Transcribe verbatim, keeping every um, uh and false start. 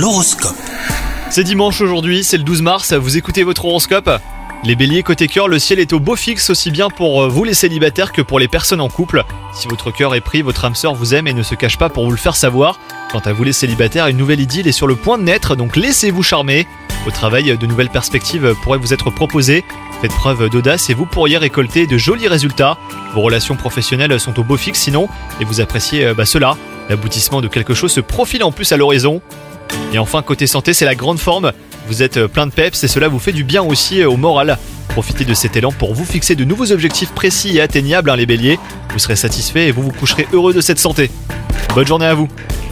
L'horoscope. C'est dimanche aujourd'hui, c'est le douze mars, vous écoutez votre horoscope. Les béliers côté cœur, le ciel est au beau fixe aussi bien pour vous les célibataires que pour les personnes en couple. Si votre cœur est pris, votre âme sœur vous aime et ne se cache pas pour vous le faire savoir. Quant à vous les célibataires, une nouvelle idylle est sur le point de naître, donc laissez-vous charmer. Au travail, de nouvelles perspectives pourraient vous être proposées. Faites preuve d'audace et vous pourriez récolter de jolis résultats. Vos relations professionnelles sont au beau fixe sinon, et vous appréciez bah, cela. L'aboutissement de quelque chose se profile en plus à l'horizon. Et enfin, côté santé, c'est la grande forme. Vous êtes plein de peps et cela vous fait du bien aussi au moral. Profitez de cet élan pour vous fixer de nouveaux objectifs précis et atteignables, hein, les béliers. Vous serez satisfait et vous vous coucherez heureux de cette santé. Bonne journée à vous.